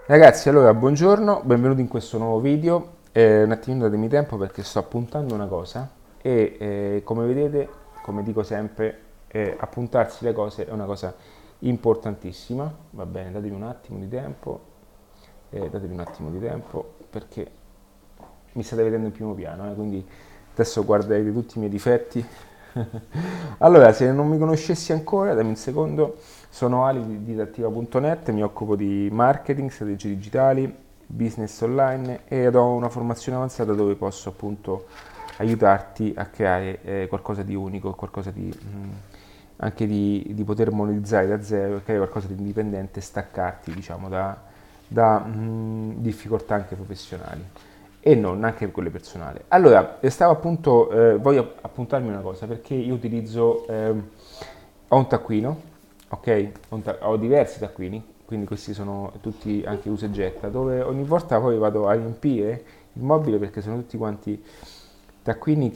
Ragazzi, allora buongiorno, benvenuti in questo nuovo video. Un attimino datemi tempo perché sto appuntando una cosa e come vedete, come dico sempre, appuntarsi le cose è una cosa importantissima. Va bene, datemi un attimo di tempo perché mi state vedendo in primo piano, quindi adesso guarderete tutti i miei difetti. Allora, se non mi conoscessi ancora, dammi un secondo, sono Ali di Didattiva.net, mi occupo di marketing, strategie digitali, business online e ho una formazione avanzata dove posso appunto aiutarti a creare qualcosa di unico, qualcosa di anche di poter monetizzare da zero, creare qualcosa di indipendente, staccarti diciamo da difficoltà anche professionali e non anche quelle personali. Allora, stavo appunto, voglio appuntarmi una cosa perché io utilizzo, ho un taccuino, ok? Ho diversi taccuini, quindi questi sono tutti anche usa e getta, dove ogni volta poi vado a riempire il mobile perché sono tutti quanti taccuini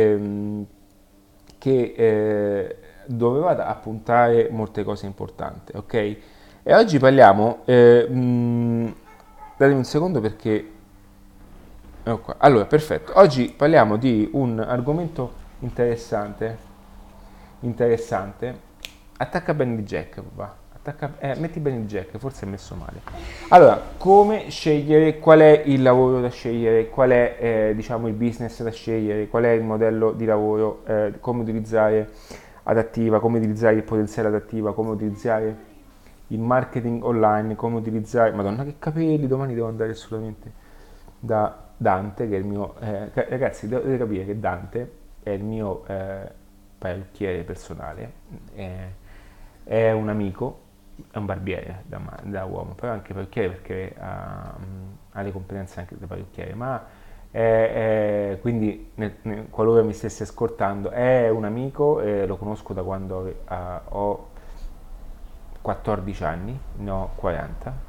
dove vado a puntare molte cose importanti, ok? E oggi parliamo, datemi un secondo perché ecco qua. Allora, perfetto. Oggi parliamo di un argomento interessante. Interessante. Attacca bene il jack, papà. Metti bene il jack, forse è messo male. Allora, come scegliere qual è il lavoro da scegliere, qual è diciamo il business da scegliere, qual è il modello di lavoro, come utilizzare adattiva, come utilizzare il potenziale adattiva, come utilizzare il marketing online, come utilizzare... Madonna che capelli, domani devo andare assolutamente da Dante, che è il mio... ragazzi, dovete capire che Dante è il mio parrucchiere personale, è un amico, è un barbiere da uomo, però anche parrucchiere perché ha le competenze anche da parrucchiere, ma quindi qualora mi stesse ascoltando è un amico, lo conosco da quando ho 14 anni, ne ho 40.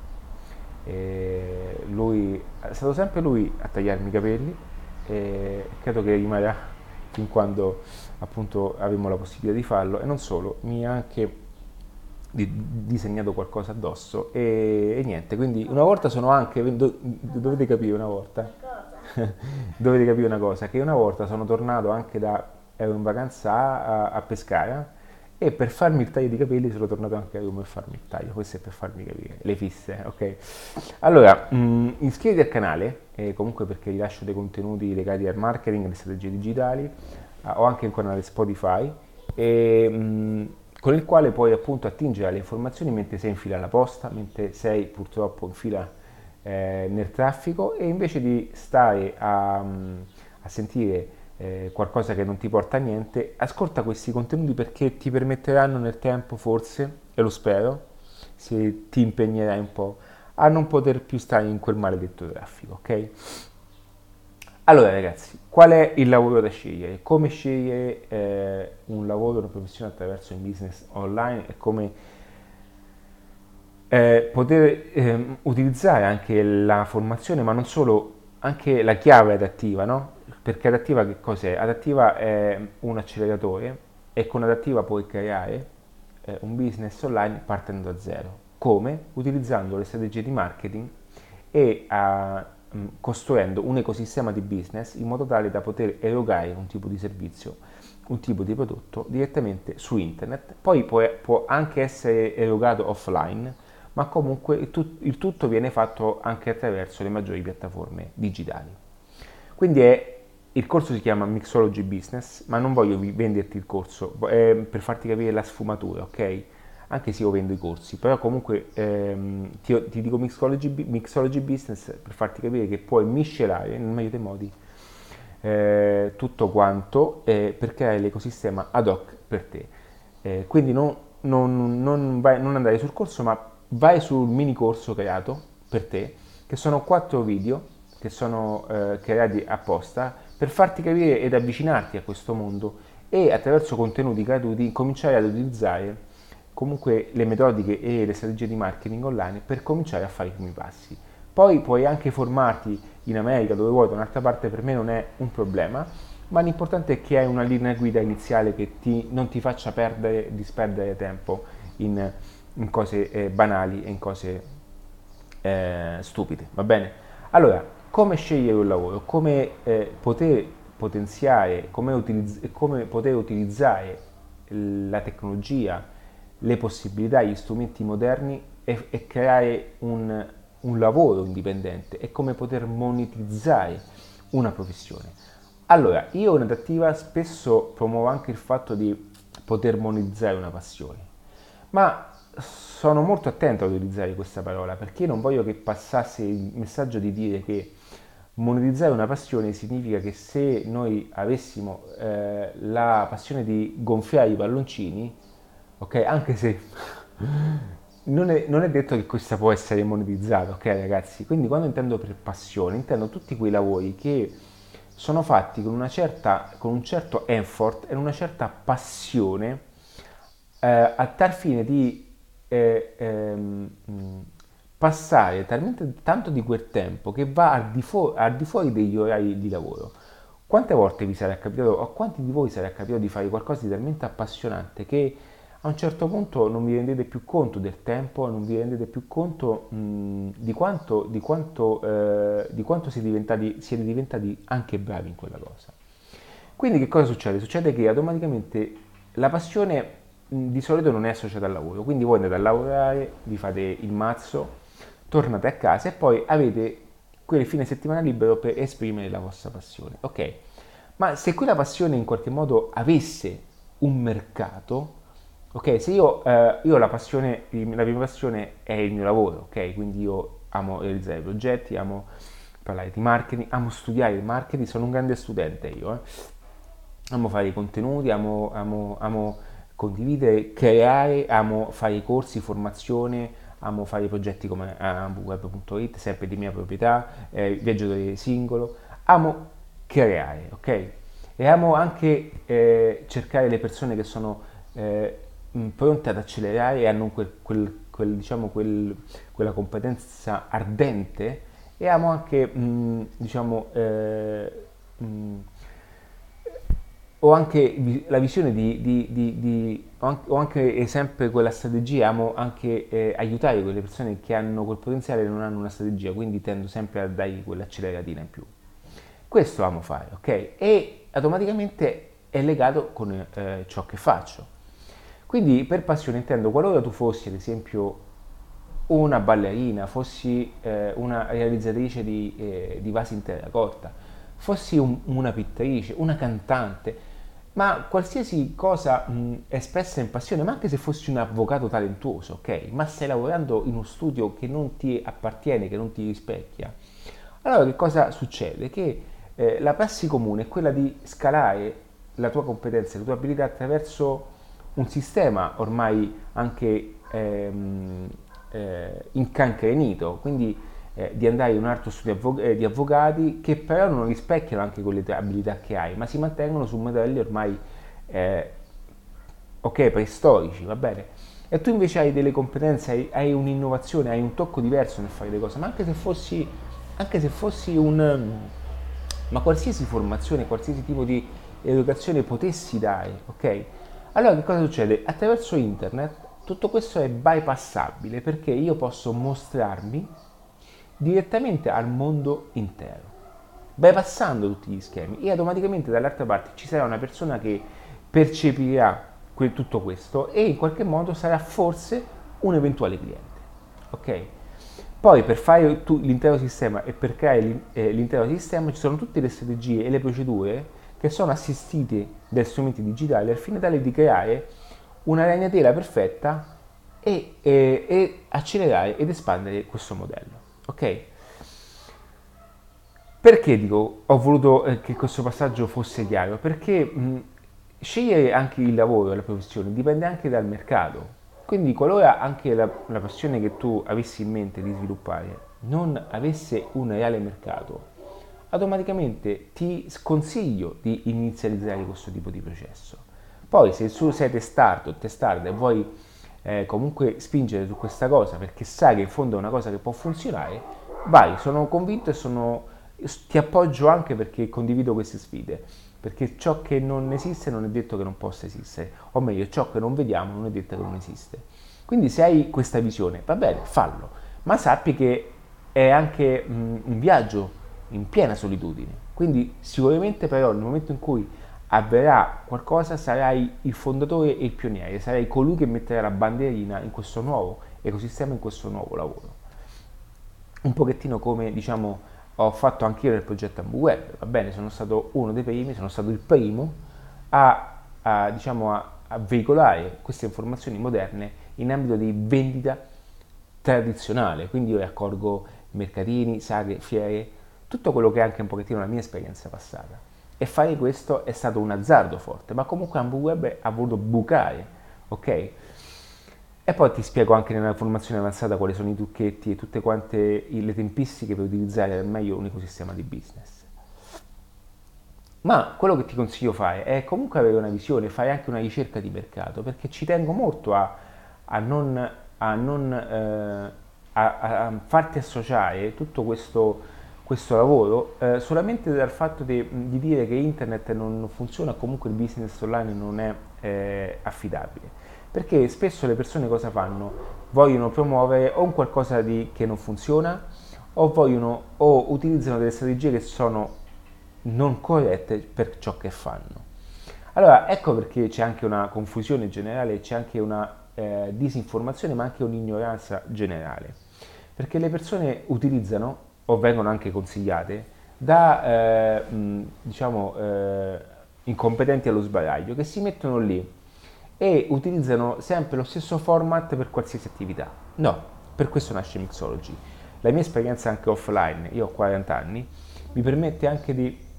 Lui, è stato sempre lui a tagliarmi i capelli e credo che rimarrà fin quando appunto avremo la possibilità di farlo e non solo, mi ha anche disegnato qualcosa addosso e niente, quindi una volta sono anche, dovete capire una volta, dovete capire una cosa, che una volta sono tornato anche ero in vacanza a Pescara e per farmi il taglio di capelli sono tornato anche a Roma per farmi il taglio, questo è per farmi capire le fisse, ok? Allora, iscriviti al canale, comunque perché rilascio dei contenuti legati al marketing, alle strategie digitali, ho anche un canale Spotify, con il quale puoi appunto attingere alle informazioni mentre sei in fila alla posta, mentre sei purtroppo in fila nel traffico e invece di stare a sentire qualcosa che non ti porta a niente, ascolta questi contenuti perché ti permetteranno nel tempo, forse, e lo spero, se ti impegnerai un po', a non poter più stare in quel maledetto traffico, ok? Allora ragazzi, qual è il lavoro da scegliere? Come scegliere un lavoro, una professione attraverso il business online e come poter utilizzare anche la formazione, ma non solo, anche la chiave adattiva, no? Perché adattiva che cos'è? Adattiva è un acceleratore e con adattiva puoi creare un business online partendo da zero. Come? Utilizzando le strategie di marketing e costruendo un ecosistema di business in modo tale da poter erogare un tipo di servizio, un tipo di prodotto direttamente su internet. Poi può anche essere erogato offline, ma comunque il tutto viene fatto anche attraverso le maggiori piattaforme digitali. Quindi il corso si chiama Mixology Business, ma non voglio venderti il corso, è per farti capire la sfumatura, ok? Anche se io vendo i corsi, però comunque ti dico Mixology Business per farti capire che puoi miscelare nel meglio dei modi tutto quanto per creare l'ecosistema ad hoc per te. Quindi non andare sul corso, ma vai sul mini corso creato per te, che sono 4 video che sono creati apposta per farti capire ed avvicinarti a questo mondo e attraverso contenuti gratuiti cominciare ad utilizzare comunque le metodiche e le strategie di marketing online per cominciare a fare i primi passi. Poi puoi anche formarti in America dove vuoi, da un'altra parte per me non è un problema, ma l'importante è che hai una linea guida iniziale che non ti faccia disperdere tempo in cose banali e in cose stupide, va bene? Allora, come scegliere un lavoro, come poter potenziare, come poter utilizzare la tecnologia, le possibilità, gli strumenti moderni e creare un lavoro indipendente e come poter monetizzare una professione. Allora, io in Adattiva spesso promuovo anche il fatto di poter monetizzare una passione, ma sono molto attento ad utilizzare questa parola perché non voglio che passasse il messaggio di dire che monetizzare una passione significa che se noi avessimo la passione di gonfiare i palloncini, ok, anche se non è detto che questa può essere monetizzata, ok ragazzi? Quindi quando intendo per passione, intendo tutti quei lavori che sono fatti con con un certo effort e una certa passione a tal fine di passare talmente tanto di quel tempo che va al di fuori degli orari di lavoro. Quante volte vi sarà capitato, o quanti di voi sarà capitato di fare qualcosa di talmente appassionante che a un certo punto non vi rendete più conto del tempo, non vi rendete più conto di quanto siete diventati anche bravi in quella cosa. Quindi che cosa succede? Succede che automaticamente la passione di solito non è associata al lavoro, quindi voi andate a lavorare, vi fate il mazzo, tornate a casa e poi avete quel fine settimana libero per esprimere la vostra passione. Ok, ma se quella passione in qualche modo avesse un mercato, ok, se io la mia passione è il mio lavoro, ok, quindi io amo realizzare progetti, amo parlare di marketing, amo studiare il marketing, sono un grande studente io, amo fare i contenuti, amo condividere, creare, amo fare i corsi, formazione, amo fare i progetti come web.it, sempre di mia proprietà, viaggiatore singolo, amo creare, ok? E amo anche cercare le persone che sono pronte ad accelerare e hanno diciamo, quella competenza ardente e amo anche, diciamo, ho anche la visione ho anche sempre quella strategia, amo anche aiutare quelle persone che hanno quel potenziale e non hanno una strategia, quindi tendo sempre a dargli quell'acceleratina in più. Questo amo fare, ok? E automaticamente è legato con ciò che faccio. Quindi per passione intendo qualora tu fossi ad esempio una ballerina, fossi una realizzatrice di vasi in terracotta, fossi una pittrice, una cantante, ma qualsiasi cosa espressa in passione, ma anche se fossi un avvocato talentuoso, ok? Ma stai lavorando in uno studio che non ti appartiene, che non ti rispecchia, allora che cosa succede? Che la prassi comune è quella di scalare la tua competenza, la tua abilità attraverso un sistema ormai anche incancrenito, quindi di andare in un altro studio di avvocati che però non rispecchiano anche quelle abilità che hai, ma si mantengono su modelli ormai eh, ok, preistorici, va bene? E tu invece hai delle competenze, hai un'innovazione, hai un tocco diverso nel fare le cose, ma anche se fossi ma qualsiasi formazione, qualsiasi tipo di educazione potessi dare, ok? Allora che cosa succede? Attraverso internet tutto questo è bypassabile perché io posso mostrarmi direttamente al mondo intero, bypassando tutti gli schemi e automaticamente dall'altra parte ci sarà una persona che percepirà tutto questo e in qualche modo sarà forse un eventuale cliente, ok? Poi per fare l'intero sistema e per creare l'intero sistema ci sono tutte le strategie e le procedure che sono assistite da strumenti digitali al fine tale di creare una ragnatela perfetta e accelerare ed espandere questo modello. Ok? Perché dico ho voluto che questo passaggio fosse chiaro? Perché scegliere anche il lavoro e la professione dipende anche dal mercato. Quindi qualora anche la passione che tu avessi in mente di sviluppare non avesse un reale mercato, automaticamente ti sconsiglio di inizializzare questo tipo di processo. Poi se tu sei testardo o testarda e vuoi comunque spingere su questa cosa perché sai che in fondo è una cosa che può funzionare, vai, sono convinto ti appoggio anche perché condivido queste sfide, perché ciò che non esiste non è detto che non possa esistere, o meglio, ciò che non vediamo non è detto che non esiste. Quindi se hai questa visione, va bene, fallo, ma sappi che è anche un viaggio in piena solitudine. Quindi sicuramente però nel momento in cui avverrà qualcosa sarai il fondatore e il pioniere, sarai colui che metterà la bandierina in questo nuovo ecosistema, in questo nuovo lavoro. Un pochettino come diciamo ho fatto anch'io nel progetto AmbuWeb, va bene, sono stato uno dei primi, sono stato il primo diciamo, a veicolare queste informazioni moderne in ambito di vendita tradizionale, quindi io raccolgo mercatini, sagre, fiere, tutto quello che è anche un pochettino la mia esperienza passata. E fare questo è stato un azzardo forte, ma comunque AmbuWeb ha voluto bucare, ok? E poi ti spiego anche nella formazione avanzata quali sono i trucchetti e tutte quante le tempistiche per utilizzare al meglio un ecosistema di business. Ma quello che ti consiglio fare è comunque avere una visione, fare anche una ricerca di mercato, perché ci tengo molto a non, a, non, a farti associare tutto questo lavoro solamente dal fatto di dire che internet non funziona, comunque il business online non è affidabile. Perché spesso le persone cosa fanno? Vogliono promuovere o un qualcosa che non funziona o utilizzano delle strategie che sono non corrette per ciò che fanno. Allora, ecco perché c'è anche una confusione generale, c'è anche una disinformazione, ma anche un'ignoranza generale. Perché le persone utilizzano, o vengono anche consigliate, da diciamo incompetenti allo sbaraglio, che si mettono lì e utilizzano sempre lo stesso format per qualsiasi attività. No, per questo nasce Mixology. La mia esperienza anche offline, io ho 40 anni, mi permette anche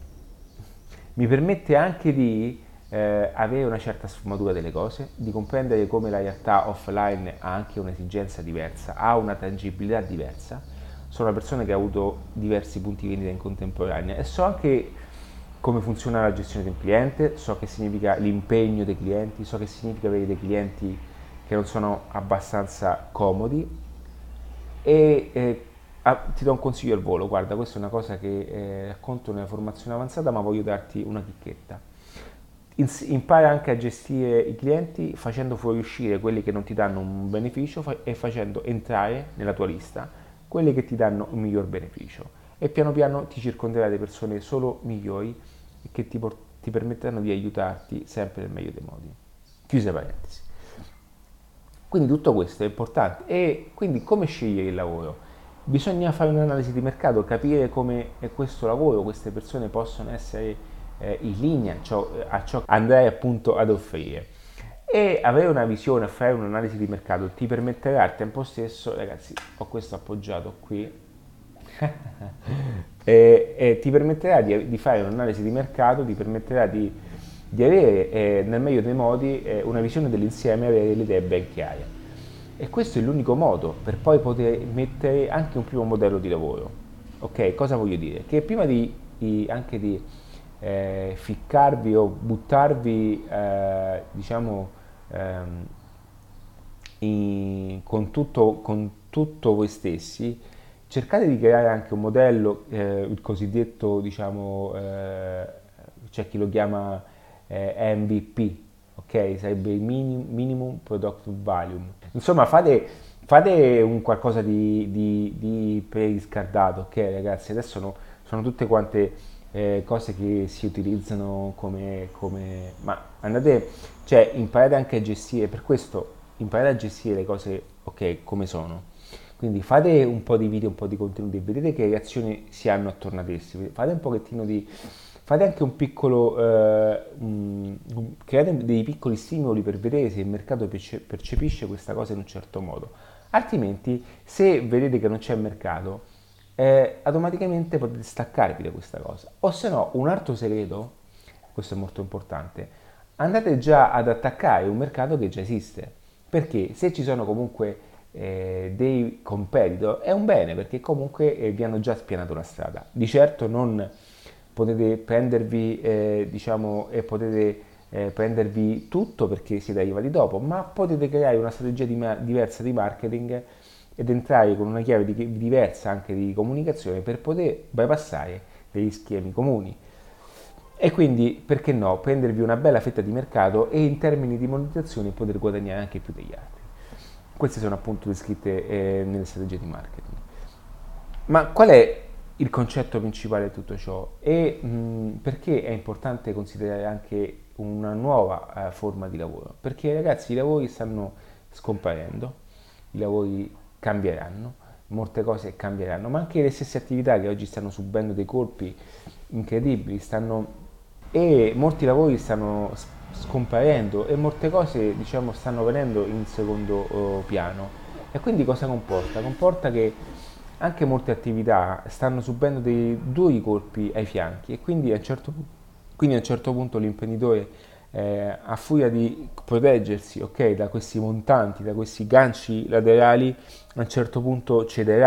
di avere una certa sfumatura delle cose, di comprendere come la realtà offline ha anche un'esigenza diversa, ha una tangibilità diversa. Sono una persona che ha avuto diversi punti di vendita in contemporanea e so anche come funziona la gestione del cliente, so che significa l'impegno dei clienti, so che significa avere dei clienti che non sono abbastanza comodi ti do un consiglio al volo, guarda, questa è una cosa che racconto nella formazione avanzata, ma voglio darti una chicchetta. Impara anche a gestire i clienti facendo fuoriuscire quelli che non ti danno un beneficio e facendo entrare nella tua lista quelli che ti danno un miglior beneficio. E piano piano ti circonderai di persone solo migliori e che ti permetteranno di aiutarti sempre nel meglio dei modi. Chiuse parentesi. Quindi tutto questo è importante. E quindi come scegliere il lavoro? Bisogna fare un'analisi di mercato, capire come è questo lavoro, queste persone possono essere in linea a ciò che andrai appunto ad offrire. E avere una visione, fare un'analisi di mercato ti permetterà al tempo stesso, ragazzi, ho questo appoggiato qui, e ti permetterà di fare un'analisi di mercato, ti permetterà di avere nel meglio dei modi una visione dell'insieme e avere le idee ben chiare. E questo è l'unico modo per poi poter mettere anche un primo modello di lavoro. Ok, cosa voglio dire? Che prima anche di ficcarvi o buttarvi, diciamo, con tutto voi stessi, cercate di creare anche un modello, il cosiddetto, diciamo, c'è chi lo chiama MVP, ok? Sarebbe il minimum product value. Insomma, fate un qualcosa di preriscaldato, ok ragazzi? Adesso sono tutte quante cose che si utilizzano ma andate, cioè imparate anche a gestire, per questo imparate a gestire le cose, ok, come sono. Quindi fate un po' di video, un po' di contenuti e vedete che reazioni si hanno attorno ad essi. Fate anche un piccolo, create dei piccoli stimoli per vedere se il mercato percepisce questa cosa in un certo modo. Altrimenti, se vedete che non c'è mercato, automaticamente potete staccarvi da questa cosa. O se no, un altro segreto, questo è molto importante, andate già ad attaccare un mercato che già esiste. Perché se ci sono comunque dei competitor è un bene, perché comunque vi hanno già spianato la strada. Di certo non potete prendervi, diciamo, e potete prendervi tutto perché siete arrivati dopo, ma potete creare una strategia diversa di marketing ed entrare con una chiave diversa anche di comunicazione per poter bypassare degli schemi comuni. E quindi, perché no, prendervi una bella fetta di mercato e in termini di monetizzazione poter guadagnare anche più degli altri. Queste sono appunto descritte nelle strategie di marketing. Ma qual è il concetto principale di tutto ciò? E perché è importante considerare anche una nuova forma di lavoro? Perché ragazzi, i lavori stanno scomparendo, i lavori cambieranno, molte cose cambieranno, ma anche le stesse attività che oggi stanno subendo dei colpi incredibili, e molti lavori stanno scomparendo e molte cose, diciamo, stanno venendo in secondo piano. E quindi cosa comporta? Comporta che anche molte attività stanno subendo dei duri colpi ai fianchi e quindi a un certo punto l'imprenditore, a furia di proteggersi, ok, da questi montanti, da questi ganci laterali, a un certo punto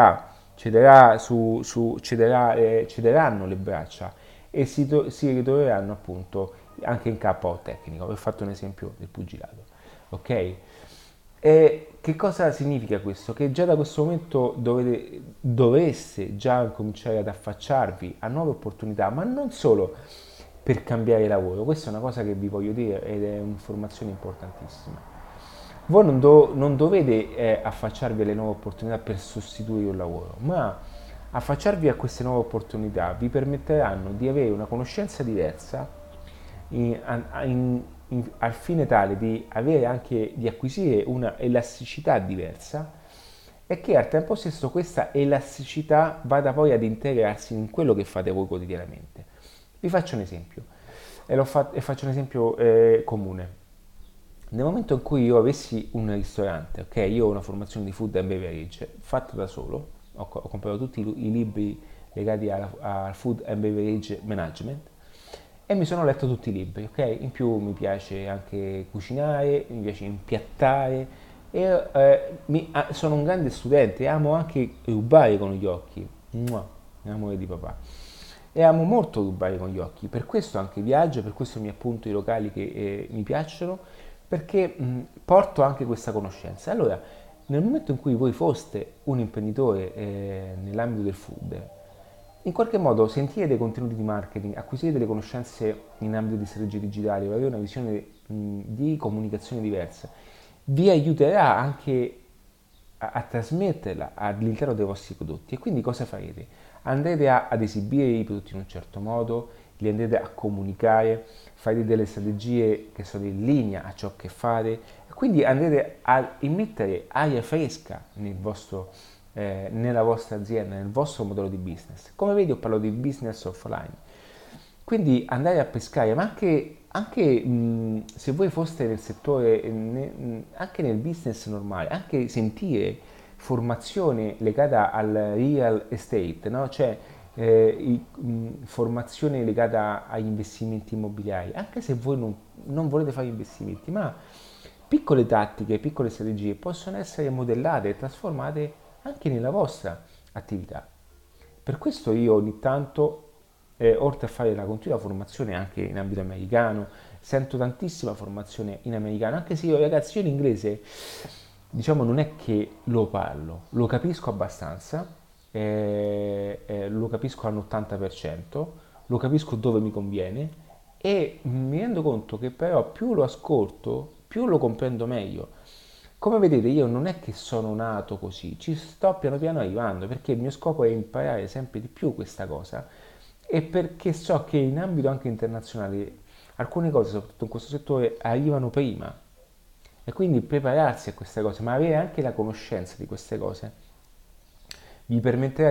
cederanno le braccia e si ritroveranno appunto anche in KO tecnico. Vi ho fatto un esempio del pugilato, ok? E che cosa significa questo? Che già da questo momento dovreste già cominciare ad affacciarvi a nuove opportunità, ma non solo per cambiare lavoro. Questa è una cosa che vi voglio dire ed è un'informazione importantissima. Voi non dovete affacciarvi alle nuove opportunità per sostituire un lavoro, ma affacciarvi a queste nuove opportunità vi permetteranno di avere una conoscenza diversa al fine tale di avere anche di acquisire una elasticità diversa e che al tempo stesso questa elasticità vada poi ad integrarsi in quello che fate voi quotidianamente. Vi faccio un esempio e faccio un esempio comune. Nel momento in cui io avessi un ristorante, ok, io ho una formazione di food and beverage fatta da solo, ho comprato tutti i libri legati al food and beverage management e mi sono letto tutti i libri, ok? In più mi piace anche cucinare, mi piace impiattare e sono un grande studente e amo anche rubare con gli occhi. Mua, amore di papà. E amo molto rubare con gli occhi, per questo anche viaggio, per questo mi appunto i locali che mi piacciono, perché porto anche questa conoscenza. Allora, nel momento in cui voi foste un imprenditore nell'ambito del food, in qualche modo sentire dei contenuti di marketing, acquisire delle conoscenze in ambito di strategie digitali, avere una visione di comunicazione diversa, vi aiuterà anche a trasmetterla all'interno dei vostri prodotti. E quindi cosa farete? Andrete ad esibire i prodotti in un certo modo, li andrete a comunicare, farete delle strategie che sono in linea a ciò che fate, e quindi andrete a immettere aria fresca nella vostra azienda, nel vostro modello di business. Come vedi, ho parlato di business offline. Quindi andare a pescare, ma anche se voi foste nel settore, anche nel business normale, anche sentire formazione legata al real estate, no? Cioè formazione legata agli investimenti immobiliari, anche se voi non volete fare investimenti, ma piccole tattiche, piccole strategie possono essere modellate e trasformate anche nella vostra attività. Per questo io ogni tanto, oltre a fare la continua formazione anche in ambito americano, sento tantissima formazione in americano, anche se io ragazzi, io l'inglese diciamo non è che lo parlo, lo capisco abbastanza, lo capisco all'80%, lo capisco dove mi conviene e mi rendo conto che però più lo ascolto, più lo comprendo meglio. Come vedete io non è che sono nato così, ci sto piano piano arrivando perché il mio scopo è imparare sempre di più questa cosa e perché so che in ambito anche internazionale alcune cose, soprattutto in questo settore, arrivano prima e quindi prepararsi a queste cose, ma avere anche la conoscenza di queste cose vi permetterà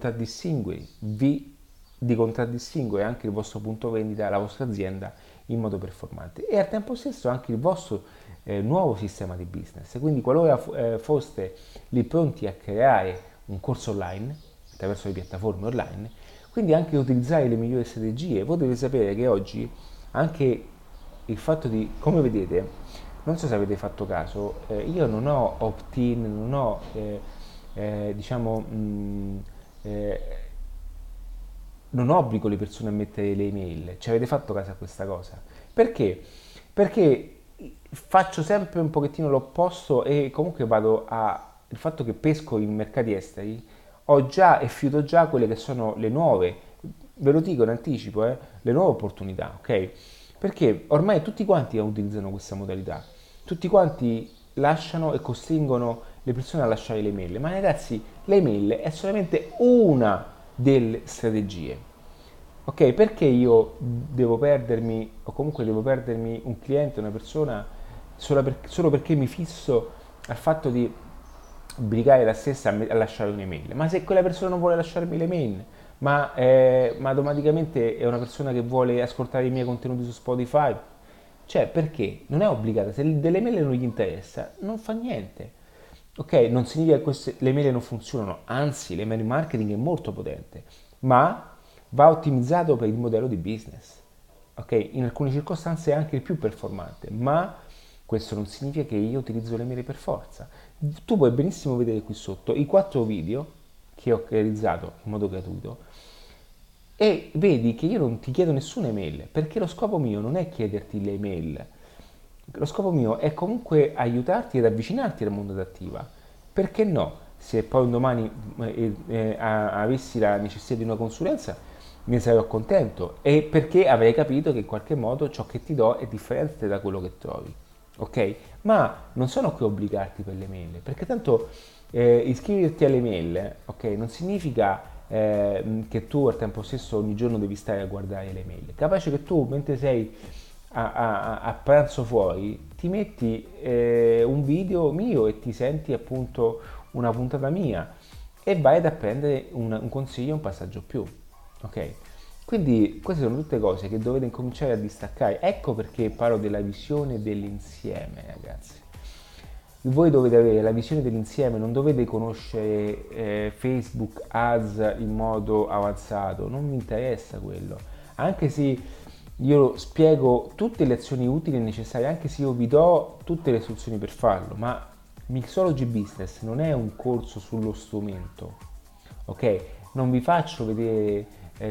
di contraddistinguere anche il vostro punto vendita, la vostra azienda in modo performante e al tempo stesso anche il vostro nuovo sistema di business. Quindi qualora foste lì pronti a creare un corso online attraverso le piattaforme online, quindi anche utilizzare le migliori strategie, voi dovete sapere che oggi anche il fatto di, come vedete, non so se avete fatto caso, io non ho opt-in, non ho diciamo eh, non obbligo le persone a mettere le email. Ci avete fatto caso a questa cosa? Perché? Perché faccio sempre un pochettino l'opposto e comunque vado a il fatto che pesco in mercati esteri, ho già e fiuto già quelle che sono le nuove, ve lo dico in anticipo, le nuove opportunità, ok? Perché ormai tutti quanti utilizzano questa modalità, tutti quanti lasciano e costringono le persone a lasciare le mail, ma ragazzi, le mail è solamente una delle strategie. Ok, perché io devo perdermi, o comunque devo perdermi un cliente, una persona, solo perché mi fisso al fatto di obbligare la stessa a lasciare un'email? Ma se quella persona non vuole lasciarmi l'email, ma automaticamente è una persona che vuole ascoltare i miei contenuti su Spotify, cioè perché? Non è obbligata, se delle mail non gli interessa, non fa niente. Ok, non significa che le mail non funzionano, anzi l'email marketing è molto potente, ma va ottimizzato per il modello di business. Ok, in alcune circostanze è anche il più performante, ma questo non significa che io utilizzo le mail per forza. Tu puoi benissimo vedere qui sotto i 4 video che ho realizzato in modo gratuito e vedi che io non ti chiedo nessuna email, perché lo scopo mio non è chiederti le email, lo scopo mio è comunque aiutarti ad avvicinarti al mondo adattiva. Perché no? Se poi un domani avessi la necessità di una consulenza, ne sarò contento e perché avrei capito che in qualche modo ciò che ti do è differente da quello che trovi. Ok? Ma non sono qui a obbligarti per le mail, perché tanto iscriverti alle mail, ok, non significa che tu al tempo stesso ogni giorno devi stare a guardare le mail. Capace che tu mentre sei a pranzo fuori ti metti un video mio e ti senti appunto una puntata mia e vai ad apprendere un consiglio, un passaggio più. Ok? Quindi queste sono tutte cose che dovete cominciare a distaccare. Ecco perché parlo della visione dell'insieme, ragazzi. Voi dovete avere la visione dell'insieme, non dovete conoscere Facebook Ads in modo avanzato, non mi interessa quello. Anche se io spiego tutte le azioni utili e necessarie, anche se io vi do tutte le istruzioni per farlo, ma Mixology Business non è un corso sullo strumento, ok? Non vi faccio vedere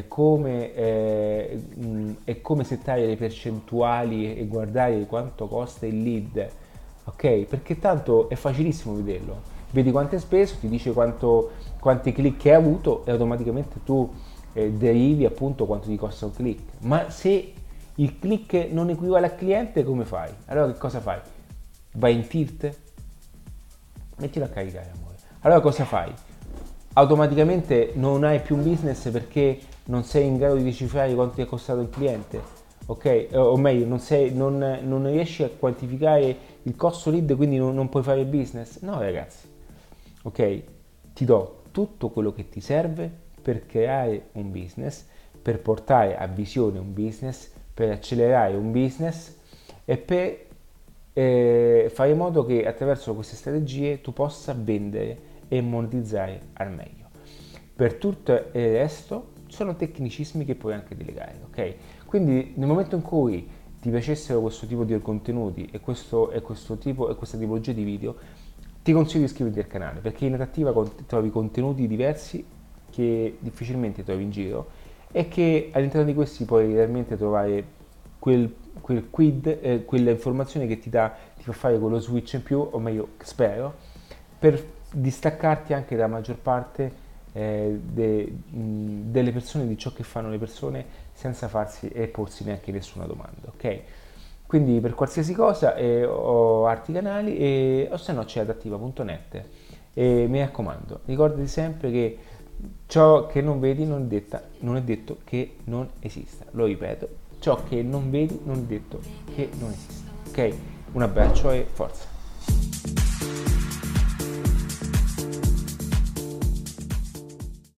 è come settare le percentuali e guardare quanto costa il lead, ok? Perché tanto è facilissimo vederlo. Vedi quanto hai speso, ti dice quanti click hai avuto e automaticamente tu derivi appunto quanto ti costa un click. Ma se il click non equivale a cliente, come fai? Allora che cosa fai? Vai in tilt? Mettilo a caricare, amore. Allora cosa fai? Automaticamente non hai più un business perché non sei in grado di decifrare quanto ti è costato il cliente, ok? O meglio, non riesci a quantificare il costo lead, quindi non puoi fare business? No, ragazzi, ok? Ti do tutto quello che ti serve per creare un business, per portare a visione un business, per accelerare un business e per fare in modo che attraverso queste strategie tu possa vendere e monetizzare al meglio. Per tutto il resto sono tecnicismi che puoi anche delegare, ok? Quindi nel momento in cui ti piacessero questo tipo di contenuti e questo tipo e questa tipologia di video, ti consiglio di iscriverti al canale perché in Adattiva trovi contenuti diversi che difficilmente trovi in giro e che all'interno di questi puoi realmente trovare quel quid, quella informazione che ti fa fare quello switch in più, o meglio, spero, per distaccarti anche dalla maggior parte delle persone, di ciò che fanno le persone senza farsi e porsi neanche nessuna domanda, ok? Quindi per qualsiasi cosa ho altri canali o se no c'è adattiva.net e mi raccomando, ricordati sempre che ciò che non vedi non è detto che non esista. Lo ripeto, ciò che non vedi non è detto che non esista. Ok? Un abbraccio e forza!